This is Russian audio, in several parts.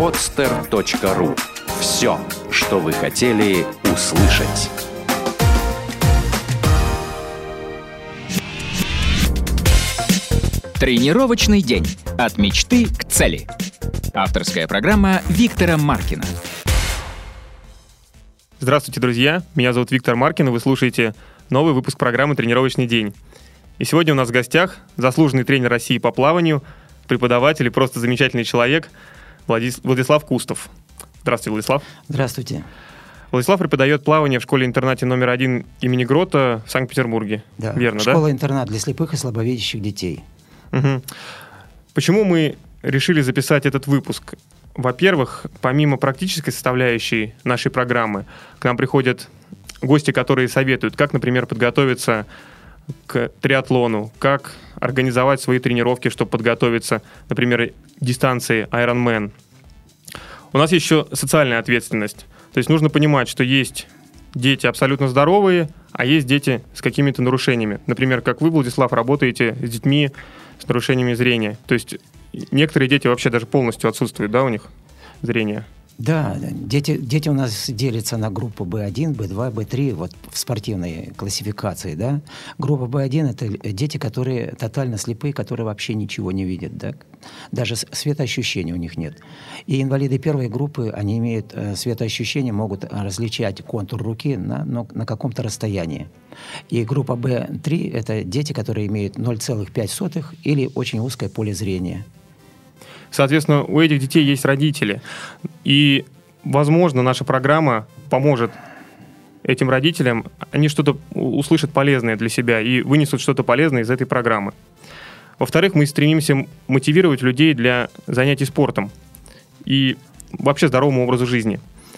podster.ru. Все, что вы хотели услышать. Тренировочный день. От мечты к цели. Авторская программа Виктора Маркина. Здравствуйте, друзья. Меня зовут Виктор Маркин, и вы слушаете новый выпуск программы «Тренировочный день». И сегодня у нас в гостях заслуженный тренер России по плаванию, преподаватель и просто замечательный человек Владислав Кустов. Здравствуйте, Владислав. Здравствуйте. Владислав преподает плавание в школе-интернате номер 1 имени Грота в Санкт-Петербурге. Да, верно, школа-интернат для слепых и слабовидящих детей. Угу. Почему мы решили записать этот выпуск? Во-первых, помимо практической составляющей нашей программы, к нам приходят гости, которые советуют, как, например, подготовиться к триатлону, как организовать свои тренировки, чтобы подготовиться, например, к дистанции Ironman. У нас есть еще социальная ответственность. То есть нужно понимать, что есть дети абсолютно здоровые, а есть дети с какими-то нарушениями. Например, как вы, Владислав, работаете с детьми с нарушениями зрения. То есть некоторые дети вообще даже полностью отсутствуют, да, у них зрение? Да, дети у нас делятся на группу B1, B2, B3, вот в спортивной классификации, да. Группа B1 – это дети, которые тотально слепые, которые вообще ничего не видят, да. Даже светоощущения у них нет. И инвалиды первой группы, они имеют светоощущения, могут различать контур руки на каком-то расстоянии. И группа B3 – это дети, которые имеют 0,5 или очень узкое поле зрения. Соответственно, у этих детей есть родители. И, возможно, наша программа поможет этим родителям. Они что-то услышат полезное для себя и вынесут что-то полезное из этой программы. Во-вторых, мы стремимся мотивировать людей для занятий спортом и вообще здоровому образу жизни.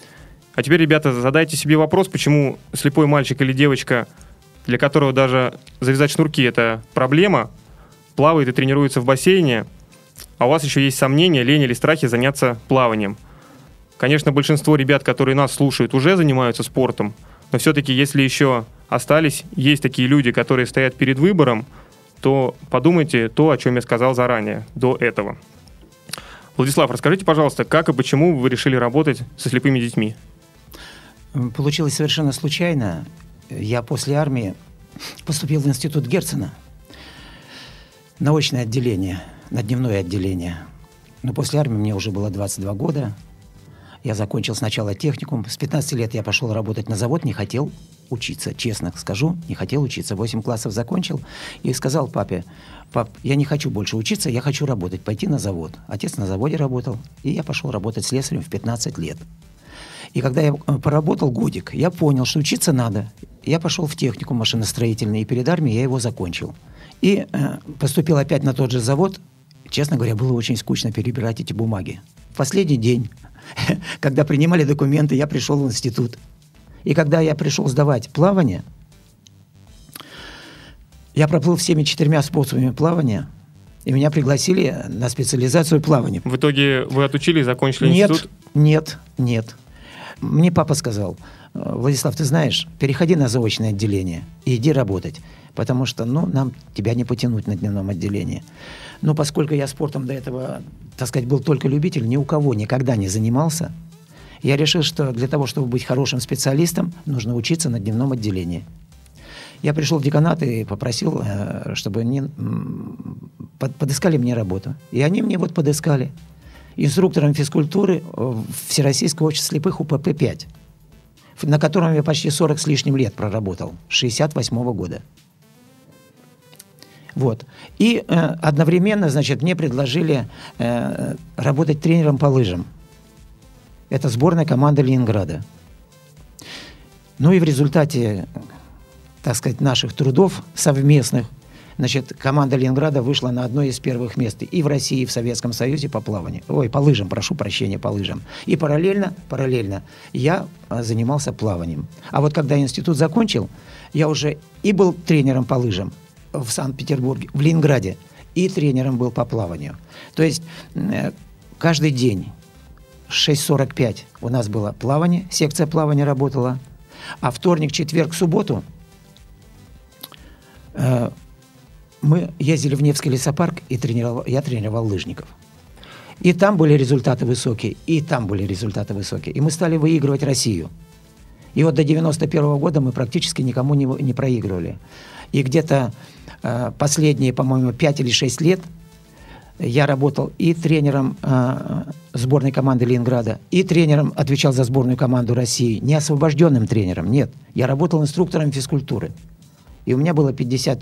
А теперь, ребята, задайте себе вопрос, почему слепой мальчик или девочка, для которого даже завязать шнурки – это проблема, плавает и тренируется в бассейне, а у вас еще есть сомнения, лень или страхи заняться плаванием. Конечно, большинство ребят, которые нас слушают, уже занимаются спортом, но все-таки, если еще есть такие люди, которые стоят перед выбором, то подумайте то, о чем я сказал заранее, до этого. Владислав, расскажите, пожалуйста, как и почему вы решили работать со слепыми детьми? Получилось совершенно случайно. Я после армии поступил в институт Герцена на очное отделение, на дневное отделение. Но после армии мне уже было 22 года. Я закончил сначала техникум. С 15 лет я пошел работать на завод, не хотел учиться, честно скажу, не хотел учиться. 8 классов закончил и сказал папе: пап, я не хочу больше учиться, я хочу работать, пойти на завод. Отец на заводе работал, и я пошел работать слесарем в 15 лет. И когда я поработал годик, я понял, что учиться надо. Я пошел в техникум машиностроительный, и перед армией я его закончил. И поступил опять на тот же завод. Честно говоря, было очень скучно перебирать эти бумаги. В последний день, когда принимали документы, я пришел в институт. И когда я пришел сдавать плавание, я проплыл всеми 4 способами плавания, и меня пригласили на специализацию плавания. В итоге вы отучились и закончили институт? Нет. Мне папа сказал: Владислав, ты знаешь, переходи на заочное отделение и иди работать, потому что, нам тебя не потянуть на дневном отделении. Но поскольку я спортом до этого, так сказать, был только любитель, ни у кого никогда не занимался, я решил, что для того, чтобы быть хорошим специалистом, нужно учиться на дневном отделении. Я пришел в деканат и попросил, чтобы они подыскали мне работу. И они мне подыскали. Инструктором физкультуры Всероссийского общества слепых УПП-5, на котором я почти 40 с лишним лет проработал, с 1968 года. И одновременно, мне предложили работать тренером по лыжам. Это сборная команда Ленинграда. И в результате, так сказать, наших трудов совместных, команда Ленинграда вышла на одно из первых мест и в России, и в Советском Союзе по плаванию. По лыжам, прошу прощения, по лыжам. И параллельно я занимался плаванием. А когда институт закончил, я уже и был тренером по лыжам в Санкт-Петербурге, в Ленинграде, и тренером был по плаванию. То есть каждый день в 6:45 у нас было плавание, секция плавания работала, а вторник, четверг, субботу мы ездили в Невский лесопарк, и я тренировал лыжников. И там были результаты высокие, и там были результаты высокие. И мы стали выигрывать Россию. И вот до 91 года мы практически никому не проигрывали. И где-то последние, по-моему, 5 или 6 лет я работал и тренером сборной команды Ленинграда, и тренером, отвечал за сборную команду России. Не освобожденным тренером, нет. Я работал инструктором физкультуры. И у меня было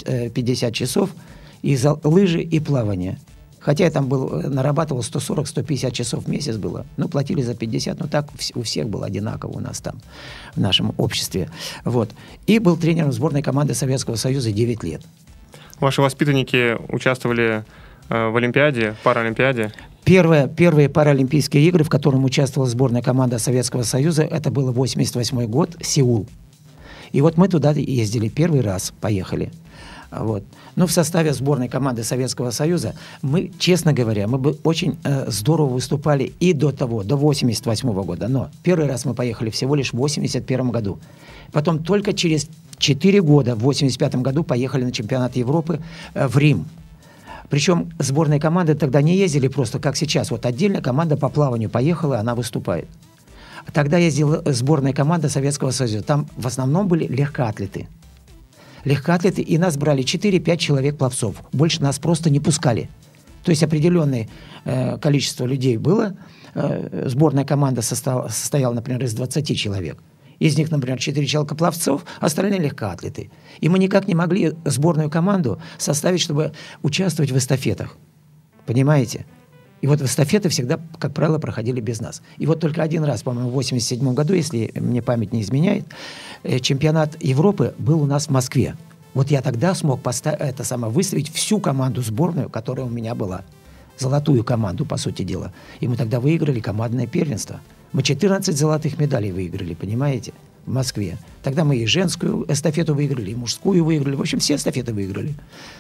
50 часов и за лыжи, и плавание. Хотя я там нарабатывал 140-150 часов в месяц было. Ну, платили за 50, но так у всех было одинаково у нас там, в нашем обществе. Вот. И был тренером сборной команды Советского Союза 9 лет. Ваши воспитанники участвовали в Олимпиаде, Паралимпиаде? Первые Паралимпийские игры, в котором участвовала сборная команда Советского Союза, это был 1988 год, Сеул. И вот мы туда ездили первый раз, поехали. Вот. Но в составе сборной команды Советского Союза мы, честно говоря, мы бы очень здорово выступали и до того, до 1988 года. Но первый раз мы поехали всего лишь в 1981 году. Потом только через 4 года, в 1985 году, поехали на чемпионат Европы в Рим. Причем сборные команды тогда не ездили просто, как сейчас. Вот отдельно команда по плаванию поехала, она выступает. Тогда ездила сборная команда Советского Союза. Там в основном были легкоатлеты. Легкоатлеты, и нас брали 4-5 человек пловцов. Больше нас просто не пускали. То есть определенное количество людей было. Сборная команда состояла, например, из 20 человек. Из них, например, 4 человека пловцов, остальные легкоатлеты. И мы никак не могли сборную команду составить, чтобы участвовать в эстафетах. Понимаете? И вот эстафеты всегда, как правило, проходили без нас. И вот только один раз, по-моему, в 1987 году, если мне память не изменяет, чемпионат Европы был у нас в Москве. Вот я тогда смог выставить всю команду сборную, которая у меня была. Золотую команду, по сути дела. И мы тогда выиграли командное первенство. Мы 14 золотых медалей выиграли, понимаете, в Москве. Тогда мы и женскую эстафету выиграли, и мужскую выиграли. В общем, все эстафеты выиграли.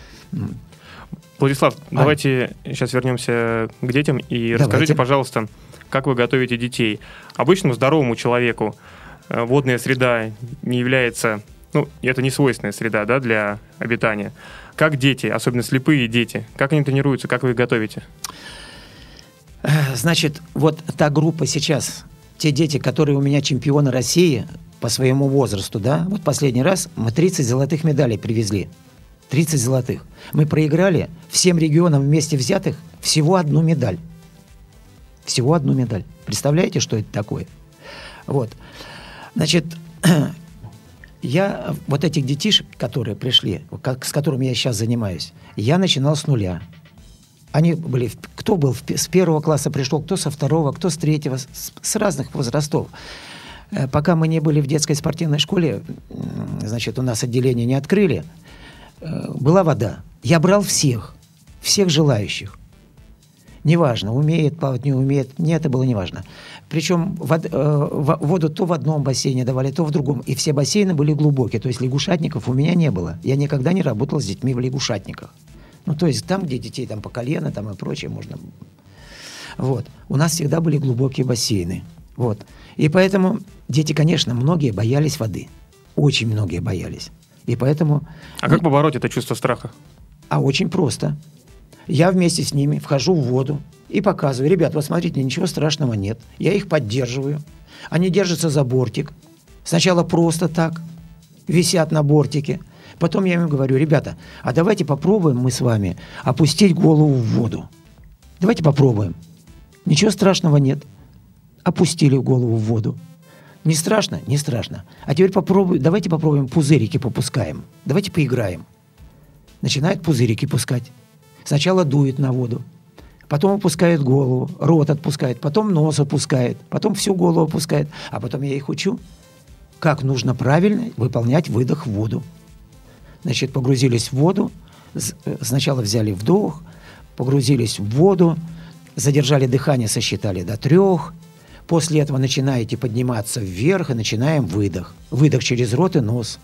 Владислав, давайте сейчас вернемся к детям и расскажите, пожалуйста, как вы готовите детей. Обычному здоровому человеку водная среда не является, это не свойственная среда, да, для обитания. Как дети, особенно слепые дети, как они тренируются, как вы их готовите? Значит, вот та группа сейчас, те дети, которые у меня чемпионы России по своему возрасту, да, вот последний раз мы 30 золотых медалей привезли. 30 золотых. Мы проиграли всем регионам вместе взятых всего одну медаль. Всего одну медаль. Представляете, что это такое? Вот. Значит, я вот этих детишек, которые пришли, с которыми я сейчас занимаюсь, я начинал с нуля. Они были, кто был с 1 класса пришел, кто со 2, кто с 3, с разных возрастов. Пока мы не были в детской спортивной школе, значит, у нас отделение не открыли, была вода. Я брал всех желающих. Неважно, умеет плавать, не умеет. Мне это было неважно. Причем воду то в одном бассейне давали, то в другом. И все бассейны были глубокие. То есть лягушатников у меня не было. Я никогда не работал с детьми в лягушатниках. То есть там, где детей там, по колено там, и прочее можно. Вот. У нас всегда были глубокие бассейны. Вот. И поэтому дети, конечно, многие боялись воды. Очень многие боялись. И поэтому... А как побороть это чувство страха? А очень просто. Я вместе с ними вхожу в воду и показываю. Ребят, вот смотрите, ничего страшного нет. Я их поддерживаю. Они держатся за бортик. Сначала просто так. Висят на бортике. Потом я им говорю: ребята, а давайте попробуем мы с вами опустить голову в воду. Давайте попробуем. Ничего страшного нет. Опустили голову в воду. Не страшно? Не страшно. А теперь давайте попробуем пузырики попускаем. Давайте поиграем. Начинают пузырики пускать. Сначала дует на воду. Потом опускает голову, рот отпускает, потом нос опускает, потом всю голову опускает. А потом я их учу, как нужно правильно выполнять выдох в воду. Значит, погрузились в воду, сначала взяли вдох, погрузились в воду, задержали дыхание, сосчитали до 3. После этого начинаете подниматься вверх и начинаем выдох. Выдох через рот и нос.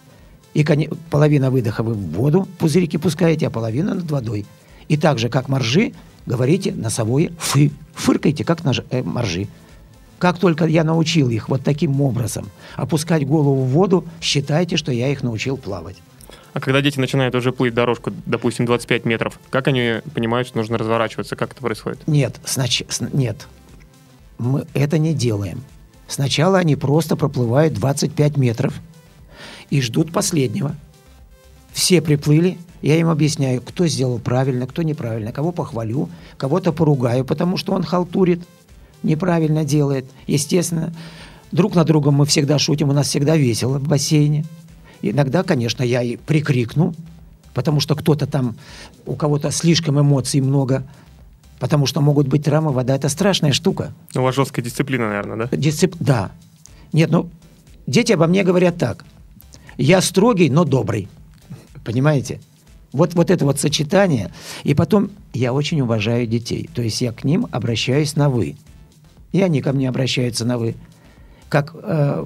И половина выдоха вы в воду, пузырики пускаете, а половина над водой. И так же, как моржи, говорите носовое «фы». Фыркайте, как моржи. Как только я научил их вот таким образом опускать голову в воду, считайте, что я их научил плавать. А когда дети начинают уже плыть дорожку, допустим, 25 метров, как они понимают, что нужно разворачиваться? Как это происходит? Нет, нет. Мы это не делаем. Сначала они просто проплывают 25 метров и ждут последнего. Все приплыли, я им объясняю, кто сделал правильно, кто неправильно, кого похвалю, кого-то поругаю, потому что он халтурит, неправильно делает. Естественно, друг на другом мы всегда шутим, у нас всегда весело в бассейне. Иногда, конечно, я и прикрикну, потому что кто-то там, у кого-то слишком эмоций много, потому что могут быть травмы, вода – это страшная штука. У вас жесткая дисциплина, наверное, да? Да. Нет, дети обо мне говорят так. Я строгий, но добрый. Понимаете? Вот это вот сочетание. И потом я очень уважаю детей. То есть я к ним обращаюсь на «вы». И они ко мне обращаются на «вы». Как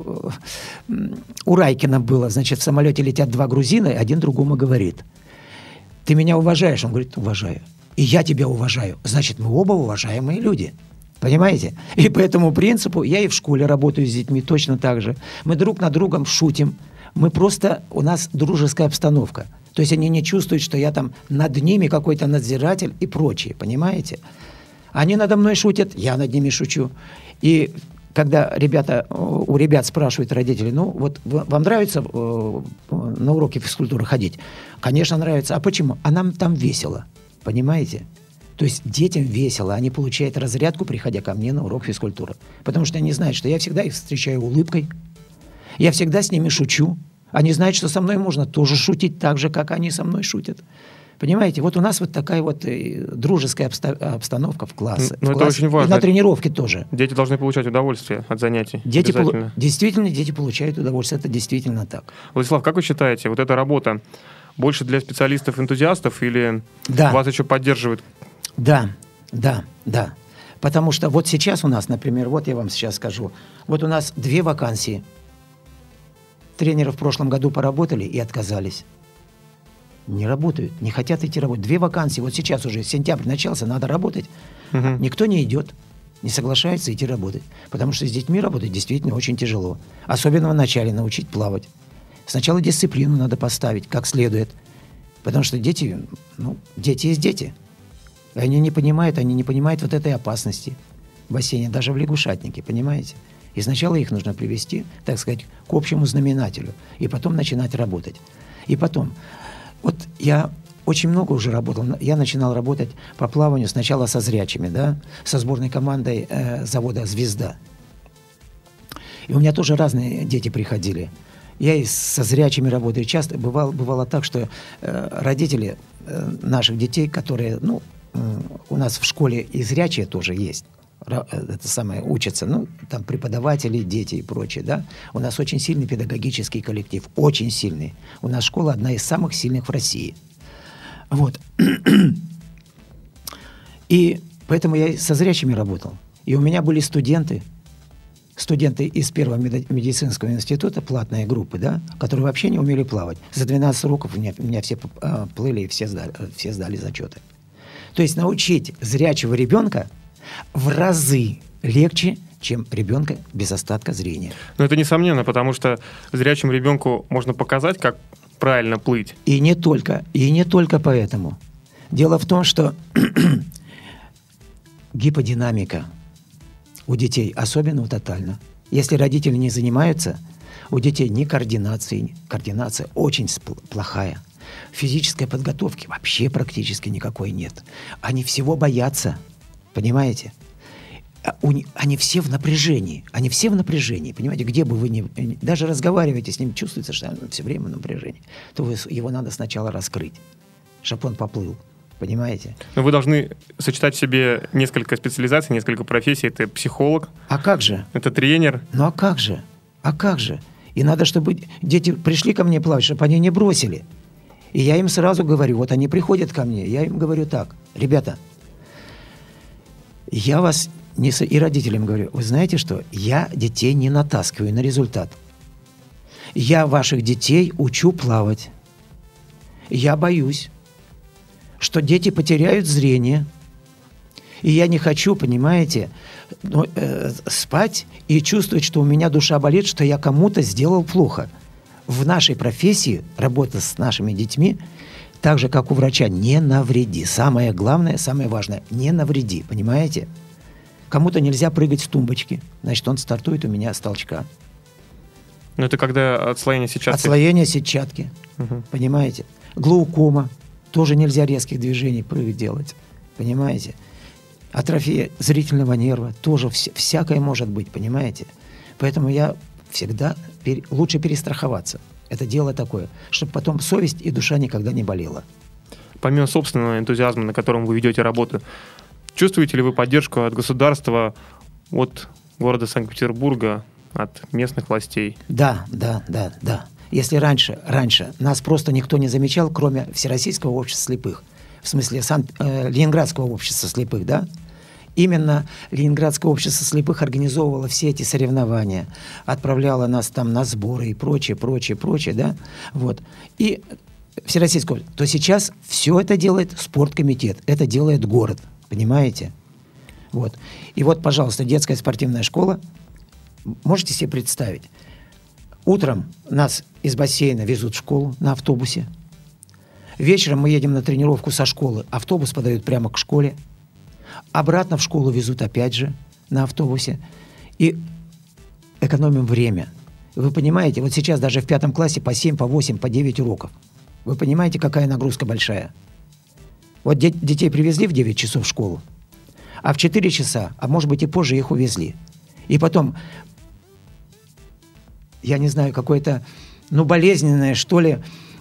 у Райкина было, значит, в самолете летят два грузина, и один другому говорит: «Ты меня уважаешь?» Он говорит: «Уважаю». «И я тебя уважаю». Значит, мы оба уважаемые люди. Понимаете? И по этому принципу я и в школе работаю с детьми точно так же. Мы друг над другом шутим. У нас дружеская обстановка. То есть они не чувствуют, что я там над ними какой-то надзиратель и прочее. Понимаете? Они надо мной шутят, я над ними шучу. И когда у ребят спрашивают родители: вот вам нравится на уроки физкультуры ходить? Конечно, нравится. А почему? А нам там весело. Понимаете? То есть детям весело. Они получают разрядку, приходя ко мне на урок физкультуры. Потому что они знают, что я всегда их встречаю улыбкой. Я всегда с ними шучу. Они знают, что со мной можно тоже шутить так же, как они со мной шутят. Понимаете? Вот у нас вот такая вот дружеская обстановка в классе. Это очень важно. И на тренировке тоже. Дети должны получать удовольствие от занятий. Действительно, дети получают удовольствие. Это действительно так. Владислав, как вы считаете, вот эта работа больше для специалистов-энтузиастов или вас еще поддерживают? Да. Потому что вот сейчас у нас, например, вот я вам сейчас скажу, вот у нас 2 вакансии. Тренеры в прошлом году поработали и отказались. Не работают, не хотят идти работать. 2 вакансии, вот сейчас уже сентябрь начался, надо работать. Угу. Никто не идет, не соглашается идти работать. Потому что с детьми работать действительно очень тяжело. Особенно в начале научить плавать. Сначала дисциплину надо поставить как следует. Потому что дети есть дети. Они не понимают вот этой опасности в бассейне, даже в лягушатнике, понимаете? И сначала их нужно привести, так сказать, к общему знаменателю, и потом начинать работать. И потом, вот я очень много уже работал, я начинал работать по плаванию сначала со зрячими, со сборной командой завода «Звезда». И у меня тоже разные дети приходили. Я и со зрячими работаю. Часто бывало так, что родители наших детей, которые, у нас в школе и зрячие тоже есть, учатся, там преподаватели, дети и прочее, У нас очень сильный педагогический коллектив, очень сильный. У нас школа одна из самых сильных в России. Вот. И поэтому я со зрячими работал. И у меня были студенты из первого медицинского института, платные группы, которые вообще не умели плавать. За 12 уроков у меня все плыли и все сдали зачеты. То есть научить зрячего ребенка в разы легче, чем ребенка без остатка зрения. Это несомненно, потому что зрячему ребенку можно показать, как правильно плыть. И не только поэтому. Дело в том, что гиподинамика у детей особенно тотальна. Если родители не занимаются, у детей ни координация очень плохая. Физической подготовки вообще практически никакой нет. Они всего боятся. Понимаете? Они все в напряжении. Понимаете, где бы вы ни... Даже разговариваете с ним, чувствуется, что он все время в напряжении. То его надо сначала раскрыть, чтобы он поплыл. Понимаете? Но вы должны сочетать в себе несколько специализаций, несколько профессий. Это психолог. А как же? Это тренер. А как же? И надо, чтобы дети пришли ко мне плавать, чтобы они не бросили. И я им сразу говорю, вот они приходят ко мне, я им говорю так: ребята, я вас и родителям говорю, вы знаете что, я детей не натаскиваю на результат. Я ваших детей учу плавать. Я боюсь, что дети потеряют зрение. И я не хочу, понимаете, спать и чувствовать, что у меня душа болит, что я кому-то сделал плохо. в нашей профессии работа с нашими детьми, так же, как у врача, не навреди. Самое главное, самое важное, не навреди, понимаете? Кому-то нельзя прыгать с тумбочки, значит, он стартует у меня с толчка. Но это когда отслоение сетчатки. Отслоение сетчатки, понимаете? Глаукома, тоже нельзя резких движений прыгать делать, понимаете? Атрофия зрительного нерва, тоже всякое может быть, понимаете? Поэтому я всегда лучше перестраховаться. Это дело такое, чтобы потом совесть и душа никогда не болела. Помимо собственного энтузиазма, на котором вы ведете работу, чувствуете ли вы поддержку от государства, от города Санкт-Петербурга, от местных властей? Да. Если раньше нас просто никто не замечал, кроме Всероссийского общества слепых, в смысле Ленинградского общества слепых, да? Именно Ленинградское общество слепых организовывало все эти соревнования, отправляло нас там на сборы и прочее, да, вот. И Всероссийское, то сейчас все это делает спорткомитет, это делает город, понимаете? Вот. И вот, пожалуйста, детская спортивная школа, можете себе представить, утром нас из бассейна везут в школу на автобусе, вечером мы едем на тренировку со школы, автобус подают прямо к школе, обратно в школу везут опять же на автобусе. И экономим время. Вы понимаете, вот сейчас даже в 5 классе по 7, по 8, по 9 уроков. Вы понимаете, какая нагрузка большая? Вот детей привезли в 9 часов в школу, а в 4 часа, а может быть и позже их увезли. И потом, я не знаю, какое-то, болезненное, что ли,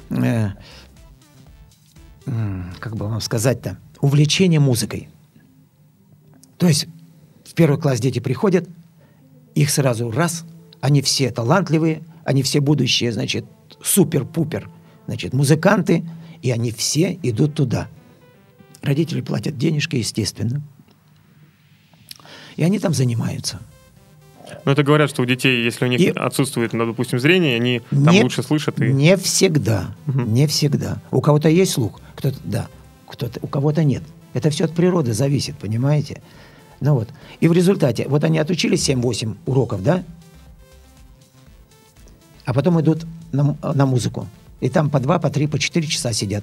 как бы вам сказать-то, увлечение музыкой. То есть в 1 класс дети приходят, их сразу раз, они все талантливые, они все будущие, значит, супер-пупер, значит, музыканты, и они все идут туда. Родители платят денежки, естественно. И они там занимаются. Но это говорят, что у детей, если у них отсутствует, допустим, зрение, они там лучше слышат. Не всегда. Не всегда. У кого-то есть слух, у кого-то нет. Это все от природы зависит, понимаете? Ну вот. И в результате, вот они отучились 7-8 уроков, да? А потом идут на музыку. И там по 2, по 3, по 4 часа сидят.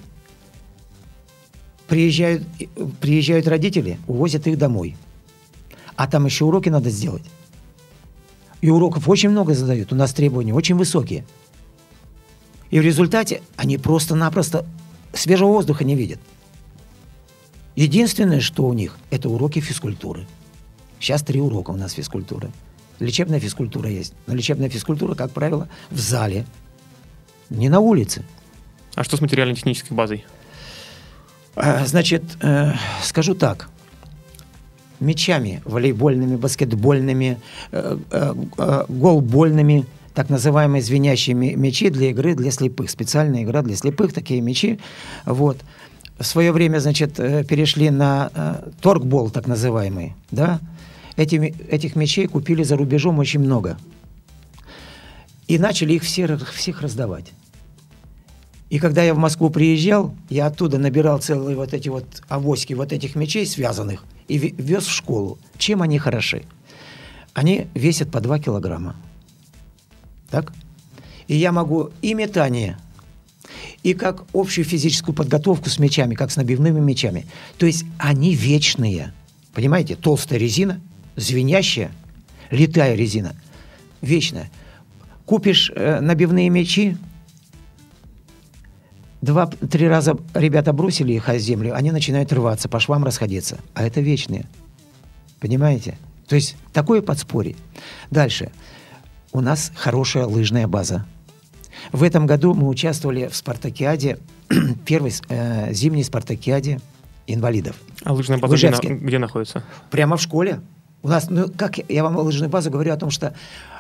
Приезжают родители, увозят их домой. А там еще уроки надо сделать. И уроков очень много задают. У нас требования очень высокие. И в результате они просто-напросто свежего воздуха не видят. Единственное, что у них, это уроки физкультуры. Сейчас 3 урока у нас физкультуры. Лечебная физкультура есть. Но лечебная физкультура, как правило, в зале, не на улице. А что с материально-технической базой? Значит, скажу так. Мячами волейбольными, баскетбольными, голбольными, так называемые звенящие мячи для игры для слепых. Специальная игра для слепых, такие мячи. Вот. В свое время, значит, перешли на торгбол, так называемый, да? Этих мячей купили за рубежом очень много. И начали их всех раздавать. И когда я в Москву приезжал, я оттуда набирал целые вот эти вот авоськи вот этих мячей связанных и вез в школу. Чем они хороши? Они весят по 2 килограмма. Так? И я могу и метание, и как общую физическую подготовку с мячами, как с набивными мячами. То есть они вечные. Понимаете? Толстая резина, звенящая, литая резина, вечная. Купишь набивные мячи, 2-3 раза ребята бросили их о землю, они начинают рваться, по швам расходиться. А это вечные. Понимаете? То есть такое подспорье. Дальше. У нас хорошая лыжная база. В этом году мы участвовали в спартакиаде, первой зимней спартакиаде инвалидов. А лыжная база где находится? Прямо в школе. У нас, как я вам о лыжной базе говорю, о том, что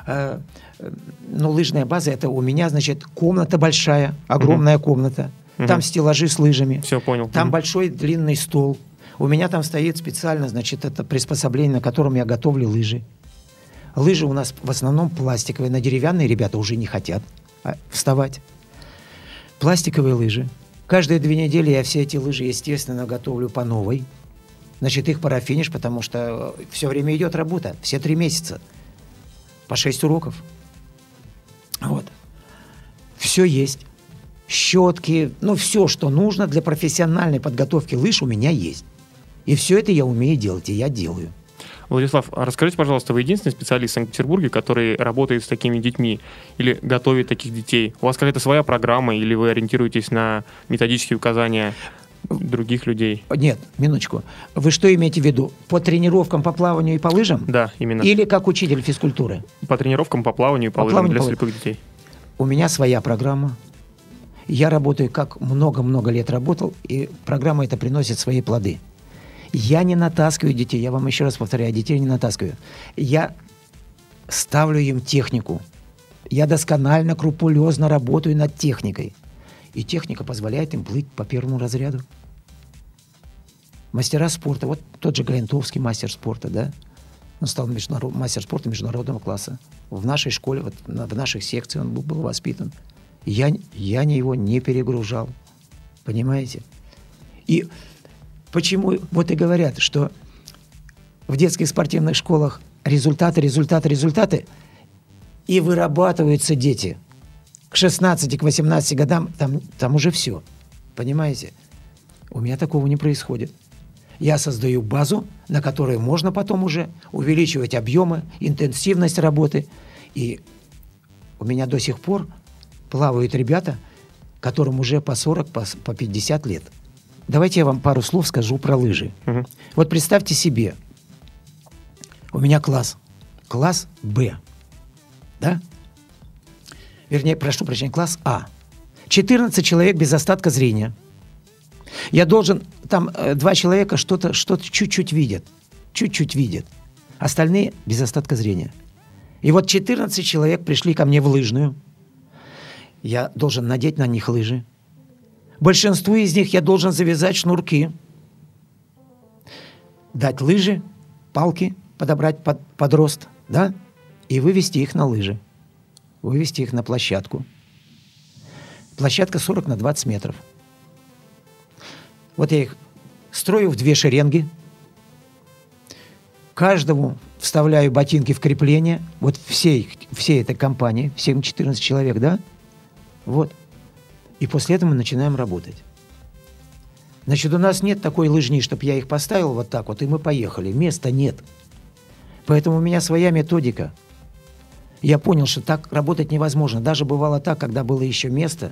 лыжная база, это у меня, значит, комната большая, огромная комната. Там стеллажи с лыжами. Все, понял. Там большой длинный стол. У меня там стоит специально, значит, это приспособление, на котором я готовлю лыжи. Лыжи у нас в основном пластиковые. На деревянные ребята уже не хотят вставать. Пластиковые лыжи. Каждые 2 недели я все эти лыжи, естественно, готовлю по новой. Значит, их парафинишь, потому что все время идет работа. Все 3 месяца. По 6 уроков. Вот. Все есть. Щетки, все, что нужно для профессиональной подготовки лыж, у меня есть. И все это я умею делать, и я делаю. Владислав, а расскажите, пожалуйста, вы единственный специалист в Санкт-Петербурге, который работает с такими детьми или готовит таких детей? У вас какая-то своя программа или вы ориентируетесь на методические указания других людей? Нет, минуточку. Вы что имеете в виду? По тренировкам по плаванию и по лыжам? Да, именно. Или как учитель физкультуры? По тренировкам, по плаванию и по лыжам для слепых детей. У меня своя программа. Я работаю, как много-много лет работал, и программа эта приносит свои плоды. Я не натаскиваю детей, я вам еще раз повторяю, детей не натаскиваю. Я ставлю им технику. Я досконально, скрупулезно работаю над техникой. И техника позволяет им плыть по первому разряду. Мастера спорта, вот тот же Галентовский мастер спорта, да? Он стал мастер спорта международного класса. В нашей школе, вот, в наших секциях он был воспитан. Я его не перегружал. Понимаете? И почему вот и говорят, что в детских спортивных школах результаты, и вырабатываются дети. К 16, к 18 годам там уже все. Понимаете? У меня такого не происходит. Я создаю базу, на которой можно потом уже увеличивать объемы, интенсивность работы. И у меня до сих пор плавают ребята, которым уже по 40, по 50 лет. Давайте я вам пару слов скажу про лыжи. Угу. Вот представьте себе, у меня класс Б, да? Вернее, прошу прощения, класс А. 14 человек без остатка зрения. Я должен, там 2 человека что-то чуть-чуть видят. Остальные без остатка зрения. И вот 14 человек пришли ко мне в лыжную. Я должен надеть на них лыжи. Большинству из них я должен завязать шнурки. Дать лыжи, палки подобрать под рост, да? И вывести их на лыжи. Вывести их на площадку. Площадка 40 на 20 метров. Вот я их строю в 2 шеренги. Каждому вставляю ботинки в крепление. Вот всей этой компании, всем 14 человек, да? Вот. И после этого мы начинаем работать. Значит, у нас нет такой лыжни, чтобы я их поставил вот так вот, и мы поехали. Места нет. Поэтому у меня своя методика. Я понял, что так работать невозможно. Даже бывало так, когда было еще место.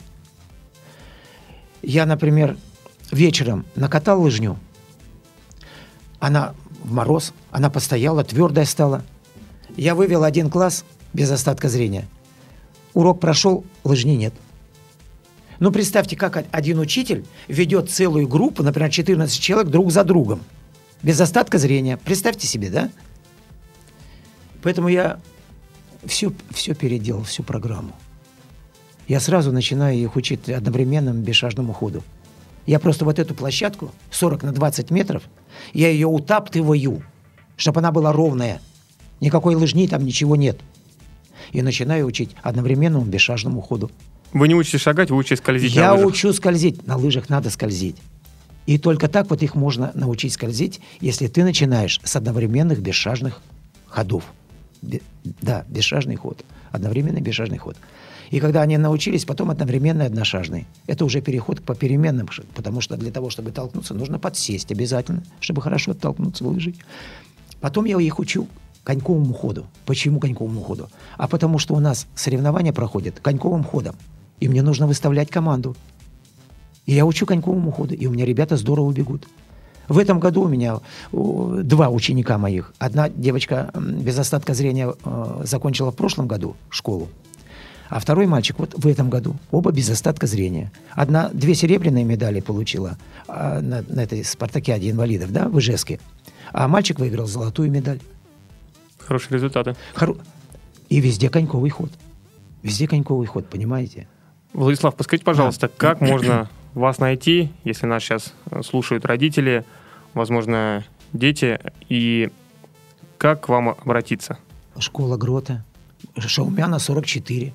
Я, например, вечером накатал лыжню. Она в мороз, она постояла, твердая стала. Я вывел 1 класс без остатка зрения. Урок прошел, лыжни нет. Ну, представьте, как один учитель ведет целую группу, например, 14 человек друг за другом. Без остатка зрения. Представьте себе, да? Поэтому я все переделал, всю программу. Я сразу начинаю их учить одновременному бесшажному ходу. Я просто вот эту площадку 40 на 20 метров, я ее утаптываю, чтобы она была ровная. Никакой лыжни там, ничего нет. И начинаю учить одновременному бесшажному ходу. Вы не учитесь шагать, вы учитесь скользить на лыжах? Я учу скользить. На лыжах надо скользить. И только так вот их можно научить скользить, если ты начинаешь с одновременных бесшажных ходов. Да, бесшажный ход. Одновременный бесшажный ход. И когда они научились, потом одновременный одношажный. Это уже переход к попеременным, потому что для того, чтобы толкнуться, нужно подсесть обязательно, чтобы хорошо оттолкнуться лыжей. Потом я их учу коньковому ходу. Почему коньковому ходу? А потому что у нас соревнования проходят коньковым ходом. И мне нужно выставлять команду. И я учу коньковому ходу. И у меня ребята здорово бегут. В этом году у меня 2 ученика моих. Одна девочка без остатка зрения закончила в прошлом году школу. А второй мальчик вот в этом году. Оба без остатка зрения. 2 серебряные медали получила на этой спартакиаде инвалидов, да, в Ижевске. А мальчик выиграл золотую медаль. Хорошие результаты. И везде коньковый ход. Везде коньковый ход, понимаете? Владислав, подскажите, пожалуйста, как можно вас найти, если нас сейчас слушают родители, возможно, дети, и как к вам обратиться? Школа Грота. Шаумяна, 44.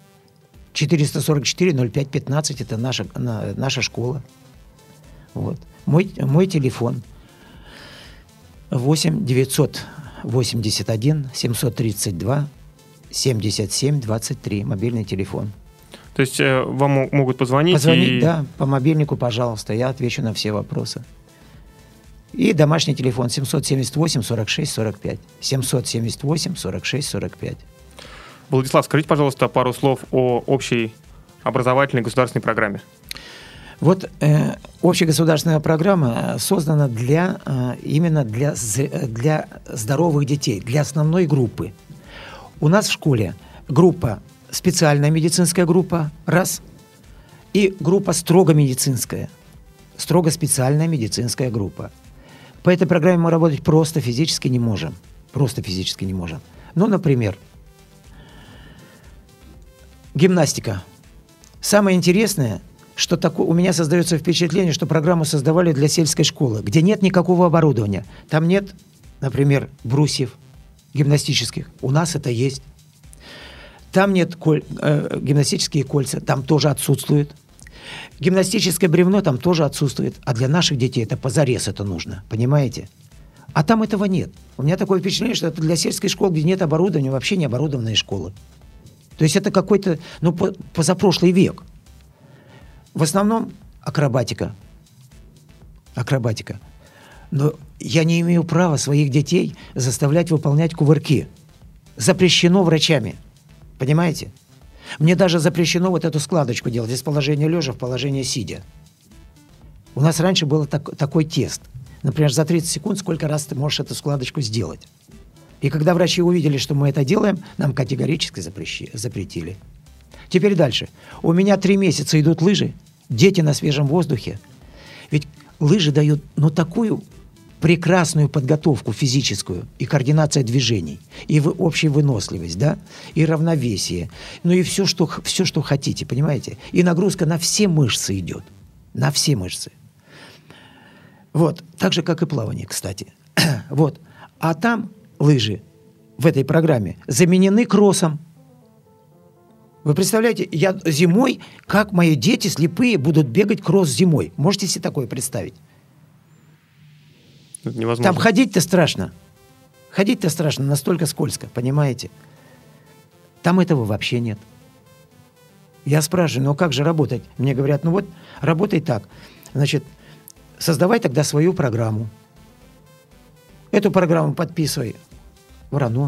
444-05-15 – это наша школа. Вот. Мой телефон 8-981-732-77-23, мобильный телефон. То есть вам могут позвонить? Позвонить, да, по мобильнику, пожалуйста, я отвечу на все вопросы. И домашний телефон 778-46-45. 778-46-45. Владислав, скажите, пожалуйста, пару слов о общей образовательной государственной программе. Вот общегосударственная программа создана именно для здоровых детей, для основной группы. У нас в школе группа специальная медицинская группа, раз, и группа строго медицинская, строго специальная медицинская группа. По этой программе мы работать просто физически не можем. Просто физически не можем. Ну, например, гимнастика. Самое интересное, что у меня создается впечатление, что программу создавали для сельской школы, где нет никакого оборудования. Там нет, например, брусьев гимнастических. У нас это есть. Там нет гимнастические кольца, там тоже отсутствуют. Гимнастическое бревно там тоже отсутствует. А для наших детей это позарез это нужно. Понимаете? А там этого нет. У меня такое впечатление, что это для сельской школы, где нет оборудования, вообще не оборудованные школы. То есть это какой-то, позапрошлый век. В основном акробатика. Акробатика. Но я не имею права своих детей заставлять выполнять кувырки. Запрещено врачами. Понимаете? Мне даже запрещено вот эту складочку делать из положения лежа в положение сидя. У нас раньше был такой тест. Например, за 30 секунд сколько раз ты можешь эту складочку сделать. И когда врачи увидели, что мы это делаем, нам категорически запретили. Теперь дальше. У меня 3 месяца идут лыжи, дети на свежем воздухе. Ведь лыжи дают, такую прекрасную подготовку физическую, и координация движений, и общая выносливость, да, и равновесие, и все, что хотите, понимаете? И нагрузка на все мышцы идет, на все мышцы. Вот, так же, как и плавание, кстати. Вот. А там лыжи в этой программе заменены кроссом. Вы представляете, я зимой, как мои дети слепые будут бегать кросс зимой? Можете себе такое представить? Невозможно. Там ходить-то страшно. Ходить-то страшно, настолько скользко, понимаете? Там этого вообще нет. Я спрашиваю, как же работать? Мне говорят, работай так. Значит, создавай тогда свою программу. Эту программу подписывай в РАНО.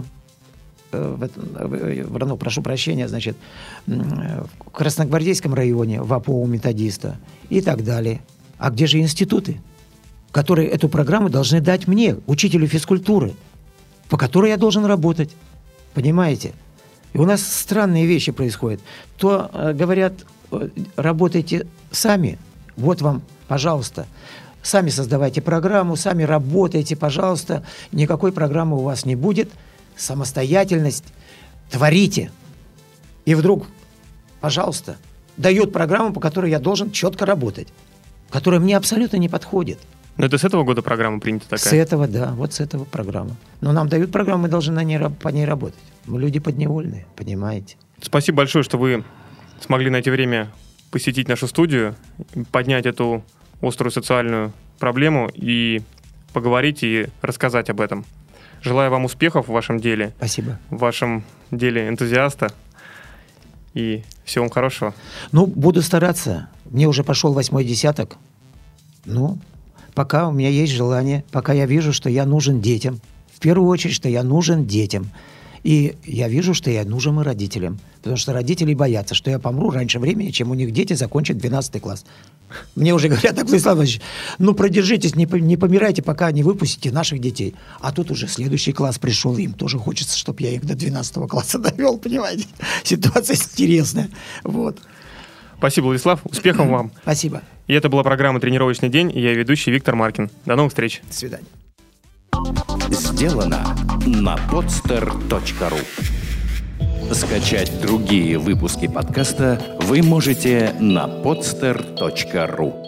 В РАНО, прошу прощения, значит, в Красногвардейском районе, в АПО у методиста и так далее. А где же институты, которые эту программу должны дать мне, учителю физкультуры, по которой я должен работать? Понимаете? И у нас странные вещи происходят. То говорят, работайте сами, вот вам, пожалуйста, сами создавайте программу, сами работайте, пожалуйста, никакой программы у вас не будет, самостоятельность, творите. И вдруг, пожалуйста, дают программу, по которой я должен четко работать, которая мне абсолютно не подходит. Но это с этого года программа принята такая? С этого, да, вот с этого программа. Но нам дают программу, мы должны по ней работать. Мы люди подневольные, понимаете? Спасибо большое, что вы смогли найти время посетить нашу студию, поднять эту острую социальную проблему и поговорить и рассказать об этом. Желаю вам успехов в вашем деле. Спасибо. В вашем деле энтузиаста. И всего вам хорошего. Буду стараться. Мне уже пошел 8-й десяток. Пока у меня есть желание, пока я вижу, что я нужен детям. В первую очередь, что я нужен детям. И я вижу, что я нужен и родителям. Потому что родители боятся, что я помру раньше времени, чем у них дети закончат 12 класс. Мне уже говорят, так, Владислав Иванович, продержитесь, не помирайте, пока не выпустите наших детей. А тут уже следующий класс пришел, им тоже хочется, чтобы я их до 12 класса довел, понимаете? Ситуация интересная. Вот. Спасибо, Владислав. Успехов вам. Спасибо. И это была программа «Тренировочный день». И я ведущий Виктор Маркин. До новых встреч. До свидания. Сделано на podster.ru. Скачать другие выпуски подкаста вы можете на podster.ru.